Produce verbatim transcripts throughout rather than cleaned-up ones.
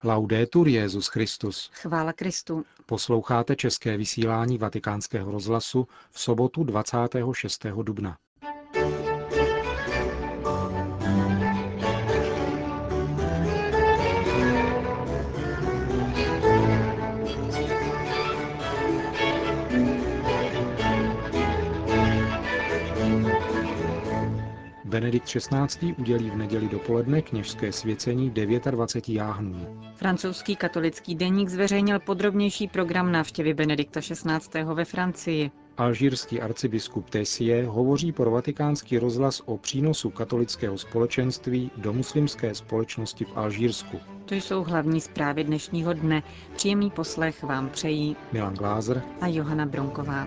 Laudetur Jesus Christus. Chvála Kristu. Posloucháte české vysílání Vatikánského rozhlasu v sobotu dvacátého šestého dubna. Benedikt šestnáctý udělí v neděli dopoledne kněžské svěcení dvacet devět jáhnům. Francouzský katolický deník zveřejnil podrobnější program návštěvy Benedikta šestnáctého ve Francii. Alžírský arcibiskup Tessier hovoří pro Vatikánský rozhlas o přínosu katolického společenství do muslimské společnosti v Alžírsku. To jsou hlavní zprávy dnešního dne. Příjemný poslech vám přejí Milan Glázer a Johana Bronková.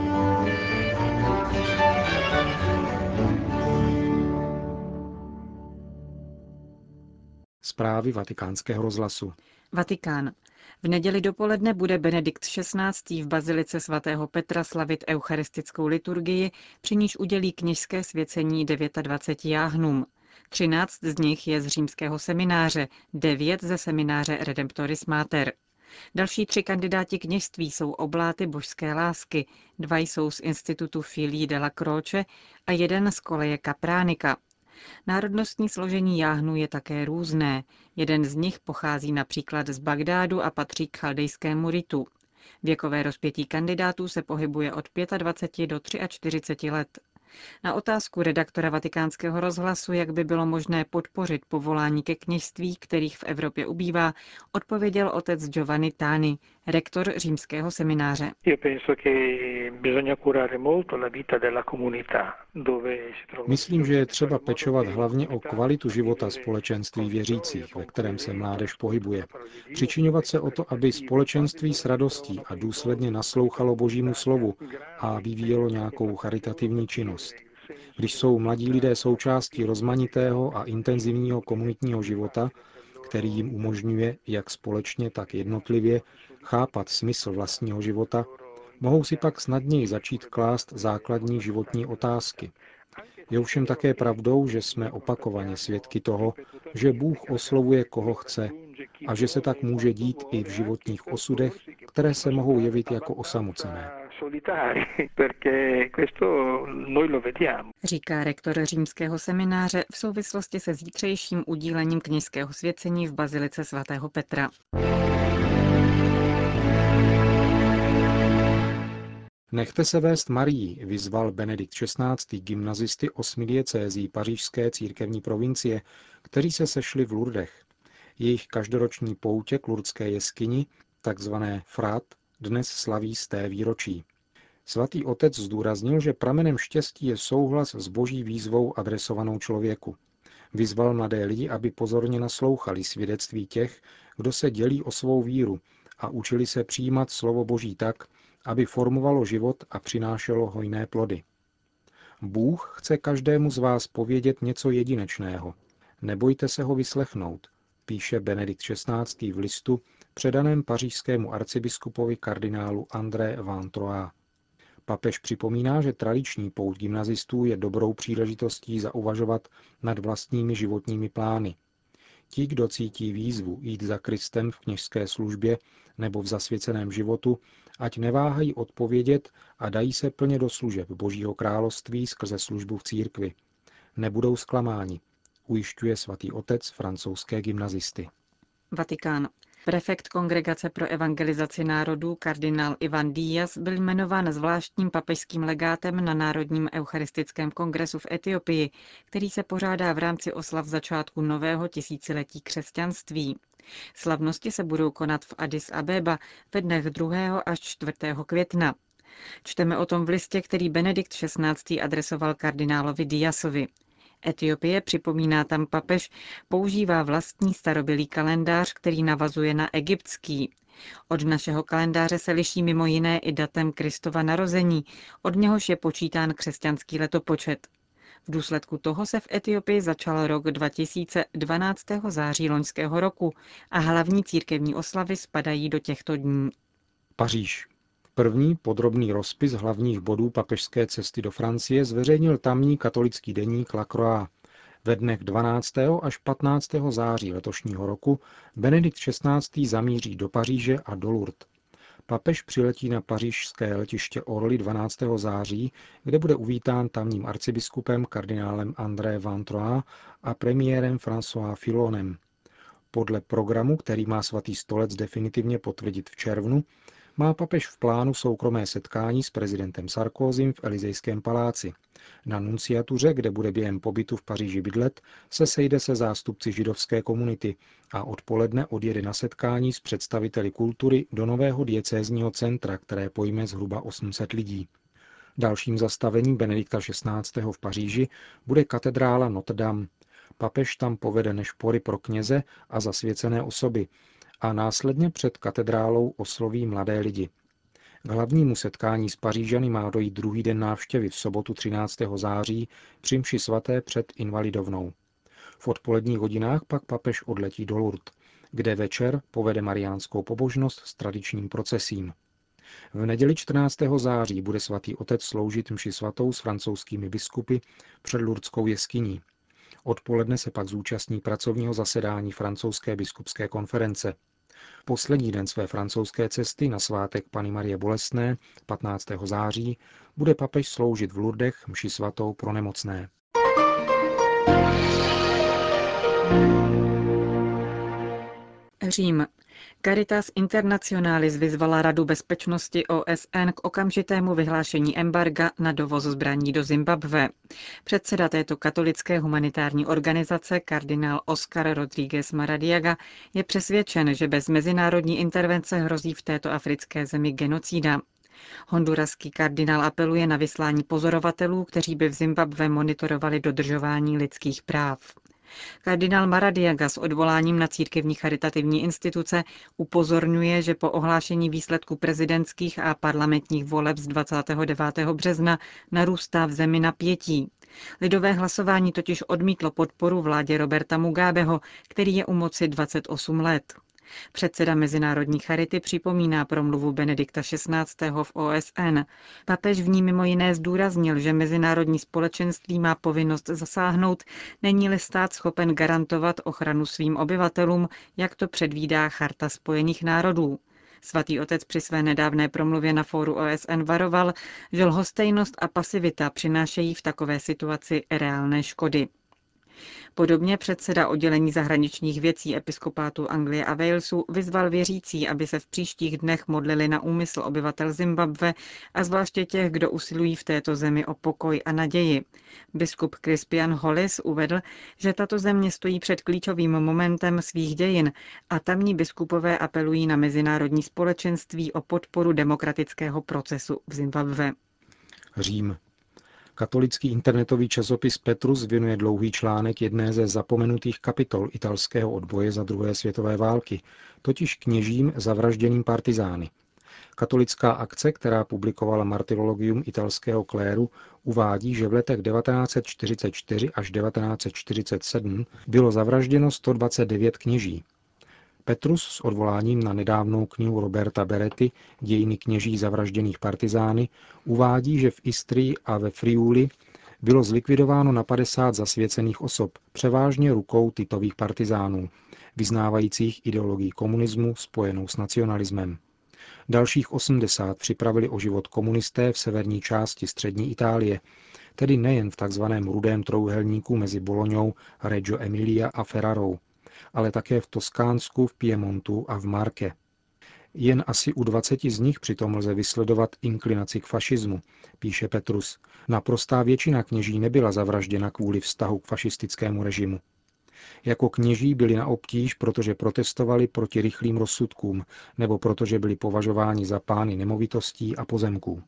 Zprávy Vatikánského rozhlasu. Vatikán. V neděli dopoledne bude Benedikt šestnáctý v bazilice svatého Petra slavit eucharistickou liturgii, při níž udělí kněžské svěcení dvacet devět jáhnům. Třináct z nich je z římského semináře, devět ze semináře Redemptoris Mater. Další tři kandidáti kněžství jsou obláty božské lásky, dva jsou z institutu Filii della Croce a jeden z koleje Kapránika. Národnostní složení jáhnů je také různé. Jeden z nich pochází například z Bagdádu a patří k chaldejskému ritu. Věkové rozpětí kandidátů se pohybuje od dvacet pět do čtyřicet tři let. Na otázku redaktora Vatikánského rozhlasu, jak by bylo možné podpořit povolání ke kněžství, kterých v Evropě ubývá, odpověděl otec Giovanni Tani, rektor římského semináře. Myslím, že je třeba pečovat hlavně o kvalitu života společenství věřících, ve kterém se mládež pohybuje. Přičiňovat se o to, aby společenství s radostí a důsledně naslouchalo Božímu slovu a vyvíjelo nějakou charitativní činnost. Když jsou mladí lidé součástí rozmanitého a intenzivního komunitního života, který jim umožňuje, jak společně, tak jednotlivě, chápat smysl vlastního života, mohou si pak snadněji začít klást základní životní otázky. Je ovšem také pravdou, že jsme opakovaně svědky toho, že Bůh oslovuje koho chce a že se tak může dít i v životních osudech, které se mohou jevit jako osamocené. Říká rektor římského semináře v souvislosti se zítřejším udílením kněžského svěcení v bazilice svatého Petra. Nechte se vést Marií, vyzval Benedikt šestnáctý gymnazisty osmi diecézí pařížské církevní provincie, kteří se sešli v Lourdech. Jejich každoroční poutě k lurdské jeskyni, takzvané Frat, dnes slaví sté výročí. Svatý otec zdůraznil, že pramenem štěstí je souhlas s boží výzvou adresovanou člověku. Vyzval mladé lidi, aby pozorně naslouchali svědectví těch, kdo se dělí o svou víru a učili se přijímat slovo Boží tak, aby formovalo život a přinášelo hojné plody. Bůh chce každému z vás povědět něco jedinečného. Nebojte se ho vyslechnout, píše Benedikt šestnáctý v listu předaném pařížskému arcibiskupovi kardinálu André Van Troyes. Papež připomíná, že tradiční pouť gymnazistů je dobrou příležitostí zauvažovat nad vlastními životními plány. Ti, kdo cítí výzvu jít za Kristem v kněžské službě nebo v zasvěceném životu, ať neváhají odpovědět a dají se plně do služeb Božího království skrze službu v církvi. Nebudou zklamáni, ujišťuje svatý otec francouzské gymnazisty. Vatikán. Prefekt Kongregace pro evangelizaci národů kardinál Ivan Díaz byl jmenován zvláštním papežským legátem na Národním eucharistickém kongresu v Etiopii, který se pořádá v rámci oslav začátku nového tisíciletí křesťanství. Slavnosti se budou konat v Addis Abeba ve dnech druhého až čtvrtého května. Čteme o tom v listě, který Benedikt šestnáctý adresoval kardinálovi Díazovi. Etiopie, připomíná tam papež, používá vlastní starobylý kalendář, který navazuje na egyptský. Od našeho kalendáře se liší mimo jiné i datem Kristova narození, od něhož je počítán křesťanský letopočet. V důsledku toho se v Etiopii začal rok dva tisíce dvanáctého září loňského roku a hlavní církevní oslavy spadají do těchto dní. Paříž. První podrobný rozpis hlavních bodů papežské cesty do Francie zveřejnil tamní katolický deník La Croix. Ve dnech dvanáctého až patnáctého září letošního roku Benedikt šestnáctý. Zamíří do Paříže a do Lourdes. Papež přiletí na pařížské letiště Orly dvanáctého září, kde bude uvítán tamním arcibiskupem kardinálem André Van Troyes a premiérem François Fillonem. Podle programu, který má svatý stolec definitivně potvrdit v červnu, má papež v plánu soukromé setkání s prezidentem Sarkozym v Elysejském paláci. Na nunciatuře, kde bude během pobytu v Paříži bydlet, se sejde se zástupci židovské komunity a odpoledne odjede na setkání s představiteli kultury do nového diecézního centra, které pojme zhruba osm set lidí. Dalším zastavením Benedikta šestnáctého. V Paříži bude katedrála Notre Dame. Papež tam povede nešpory pro kněze a zasvěcené osoby a následně před katedrálou osloví mladé lidi. K hlavnímu setkání s Pařížany má dojít druhý den návštěvy v sobotu třináctého září při mši svaté před Invalidovnou. V odpoledních hodinách pak papež odletí do Lourdes, kde večer povede mariánskou pobožnost s tradičním procesím. V neděli čtrnáctého září bude svatý otec sloužit mši svatou s francouzskými biskupy před Lourdskou jeskyní. Odpoledne se pak zúčastní pracovního zasedání francouzské biskupské konference. Poslední den své francouzské cesty na svátek Panny Marie Bolestné patnáctého září bude papež sloužit v Lourdech mši svatou pro nemocné. Řím. Caritas Internationalis vyzvala Radu bezpečnosti O S N k okamžitému vyhlášení embarga na dovoz zbraní do Zimbabwe. Předseda této katolické humanitární organizace, kardinál Oscar Rodríguez Maradiaga, je přesvědčen, že bez mezinárodní intervence hrozí v této africké zemi genocída. Honduraský kardinál apeluje na vyslání pozorovatelů, kteří by v Zimbabwe monitorovali dodržování lidských práv. Kardinál Maradiaga s odvoláním na církevní charitativní instituce upozorňuje, že po ohlášení výsledku prezidentských a parlamentních voleb z dvacátého devátého března narůstá v zemi napětí. Lidové hlasování totiž odmítlo podporu vládě Roberta Mugabeho, který je u moci dvacet osm let. Předseda Mezinárodní charity připomíná promluvu Benedikta šestnáctého. V O S N. Papež v ní mimo jiné zdůraznil, že mezinárodní společenství má povinnost zasáhnout, není-li stát schopen garantovat ochranu svým obyvatelům, jak to předvídá Charta Spojených národů. Svatý otec při své nedávné promluvě na fóru O S N varoval, že lhostejnost a pasivita přinášejí v takové situaci reálné škody. Podobně předseda oddělení zahraničních věcí episkopátu Anglie a Walesu vyzval věřící, aby se v příštích dnech modlili na úmysl obyvatel Zimbabwe a zvláště těch, kdo usilují v této zemi o pokoj a naději. Biskup Crispian Hollis uvedl, že tato země stojí před klíčovým momentem svých dějin a tamní biskupové apelují na mezinárodní společenství o podporu demokratického procesu v Zimbabwe. Řím. Katolický internetový časopis Petrus věnuje dlouhý článek jedné ze zapomenutých kapitol italského odboje za druhé světové války, totiž kněžím zavražděným partizány. Katolická akce, která publikovala martyrologium italského kléru, uvádí, že v letech devatenáct set čtyřicet čtyři až devatenáct set čtyřicet sedm bylo zavražděno sto dvacet devět kněží. Petrus s odvoláním na nedávnou knihu Roberta Beretti Dějiny kněží zavražděných partizány uvádí, že v Istrii a ve Friuli bylo zlikvidováno na padesát zasvěcených osob, převážně rukou titových partizánů, vyznávajících ideologii komunismu spojenou s nacionalismem. Dalších osmdesát připravili o život komunisté v severní části střední Itálie, tedy nejen v takzvaném rudém trojúhelníku mezi Bolognou, Reggio Emilia a Ferrarou, ale také v Toskánsku, v Piemontu a v Marke. Jen asi u dvaceti z nich přitom lze vysledovat inklinaci k fašismu, píše Petrus. Naprostá většina kněží nebyla zavražděna kvůli vztahu k fašistickému režimu. Jako kněží byli na obtíž, protože protestovali proti rychlým rozsudkům nebo protože byli považováni za pány nemovitostí a pozemků.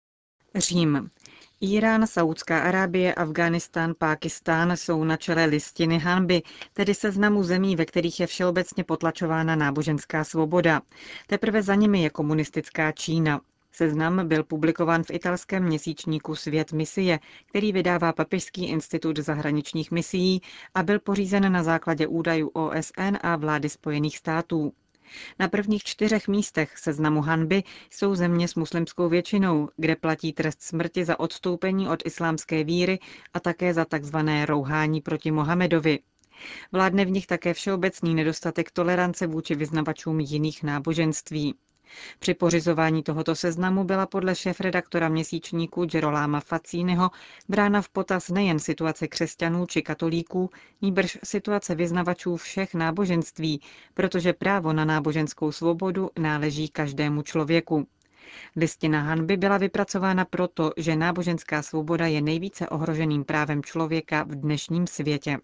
Řím. Irán, Saúdská Arábie, Afghánistán, Pákistán jsou na čele listiny hanby, tedy seznamu zemí, ve kterých je všeobecně potlačována náboženská svoboda. Teprve za nimi je komunistická Čína. Seznam byl publikován v italském měsíčníku Svět misie, který vydává Papežský institut zahraničních misií a byl pořízen na základě údajů O S N a vlády Spojených států. Na prvních čtyřech místech seznamu hanby jsou země s muslimskou většinou, kde platí trest smrti za odstoupení od islámské víry a také za takzvané rouhání proti Mohamedovi. Vládne v nich také všeobecný nedostatek tolerance vůči vyznavačům jiných náboženství. Při pořizování tohoto seznamu byla podle šéfredaktora měsíčníku Gerolama Facciniho brána v potaz nejen situace křesťanů či katolíků, nýbrž situace vyznavačů všech náboženství, protože právo na náboženskou svobodu náleží každému člověku. Listina hanby byla vypracována proto, že náboženská svoboda je nejvíce ohroženým právem člověka v dnešním světě.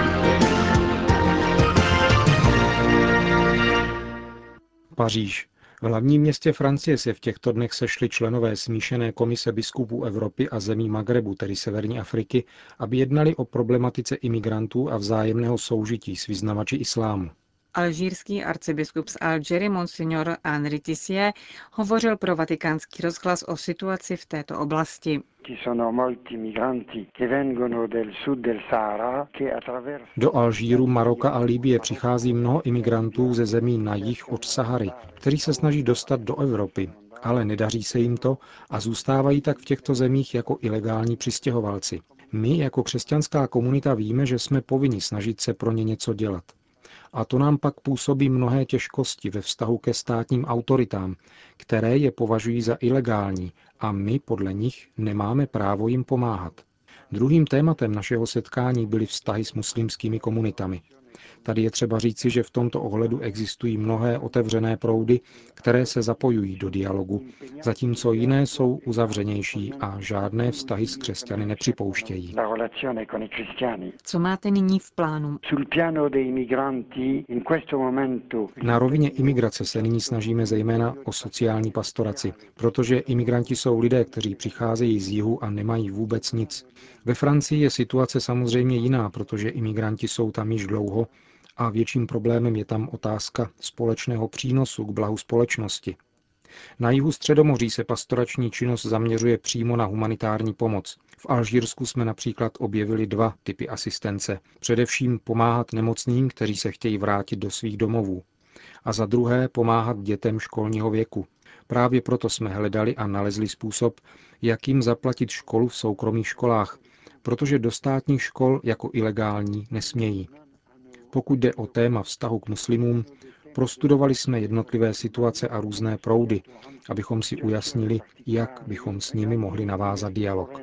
Paříž. V hlavním městě Francie se v těchto dnech sešli členové smíšené komise biskupů Evropy a zemí Magrebu, tedy Severní Afriky, aby jednali o problematice imigrantů a vzájemného soužití s vyznavači islámu. Alžírský arcibiskup z Algery Monsignor Henri Tissier hovořil pro Vatikánský rozhlas o situaci v této oblasti. Do Alžíru, Maroka a Libye přichází mnoho imigrantů ze zemí na jih od Sahary, kteří se snaží dostat do Evropy, ale nedaří se jim to a zůstávají tak v těchto zemích jako ilegální přistěhovalci. My jako křesťanská komunita víme, že jsme povinni snažit se pro ně něco dělat. A to nám pak působí mnohé těžkosti ve vztahu ke státním autoritám, které je považují za ilegální a my podle nich nemáme právo jim pomáhat. Druhým tématem našeho setkání byly vztahy s muslimskými komunitami. Tady je třeba říci, že v tomto ohledu existují mnohé otevřené proudy, které se zapojují do dialogu, zatímco jiné jsou uzavřenější a žádné vztahy s křesťany nepřipouštějí. Co máte nyní v plánu? Na rovině imigrace se nyní snažíme zejména o sociální pastoraci, protože imigranti jsou lidé, kteří přicházejí z jihu a nemají vůbec nic. Ve Francii je situace samozřejmě jiná, protože imigranti jsou tam již dlouho a větším problémem je tam otázka společného přínosu k blahu společnosti. Na jihu Středomoří se pastorační činnost zaměřuje přímo na humanitární pomoc. V Alžírsku jsme například objevili dva typy asistence. Především pomáhat nemocným, kteří se chtějí vrátit do svých domovů. A za druhé pomáhat dětem školního věku. Právě proto jsme hledali a nalezli způsob, jak jim zaplatit školu v soukromých školách, protože do státních škol jako ilegální nesmějí. Pokud jde o téma vztahu k muslimům, prostudovali jsme jednotlivé situace a různé proudy, abychom si ujasnili, jak bychom s nimi mohli navázat dialog.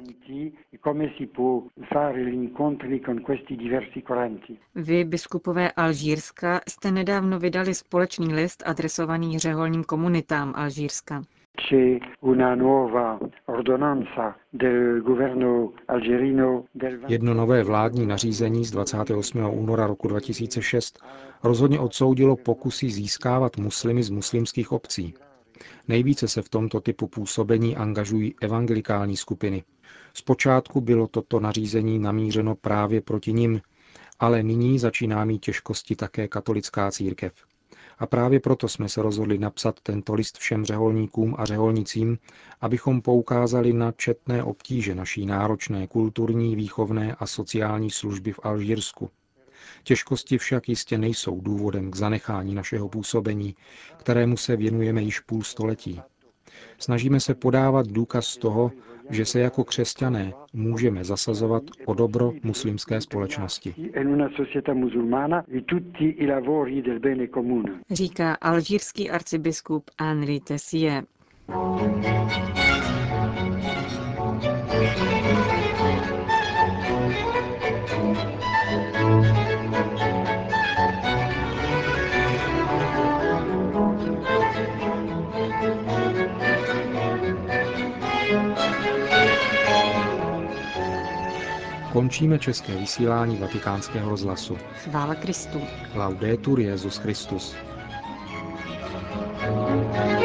Vy, biskupové Alžírska, jste nedávno vydali společný list adresovaný řeholním komunitám Alžírska. Jedno nové vládní nařízení z dvacátého osmého února roku dva tisíce šest rozhodně odsoudilo pokusy získávat muslimy z muslimských obcí. Nejvíce se v tomto typu působení angažují evangelikální skupiny. Zpočátku bylo toto nařízení namířeno právě proti nim, ale nyní začíná mít těžkosti také katolická církev. A právě proto jsme se rozhodli napsat tento list všem řeholníkům a řeholnicím, abychom poukázali na četné obtíže naší náročné kulturní, výchovné a sociální služby v Alžírsku. Těžkosti však jistě nejsou důvodem k zanechání našeho působení, kterému se věnujeme již půl století. Snažíme se podávat důkaz toho, že se jako křesťané můžeme zasazovat o dobro muslimské společnosti. Říká alžírský arcibiskup Henri Tissier. Končíme české vysílání Vatikánského rozhlasu. Chvála Kristu. Laudetur Jesus Christus.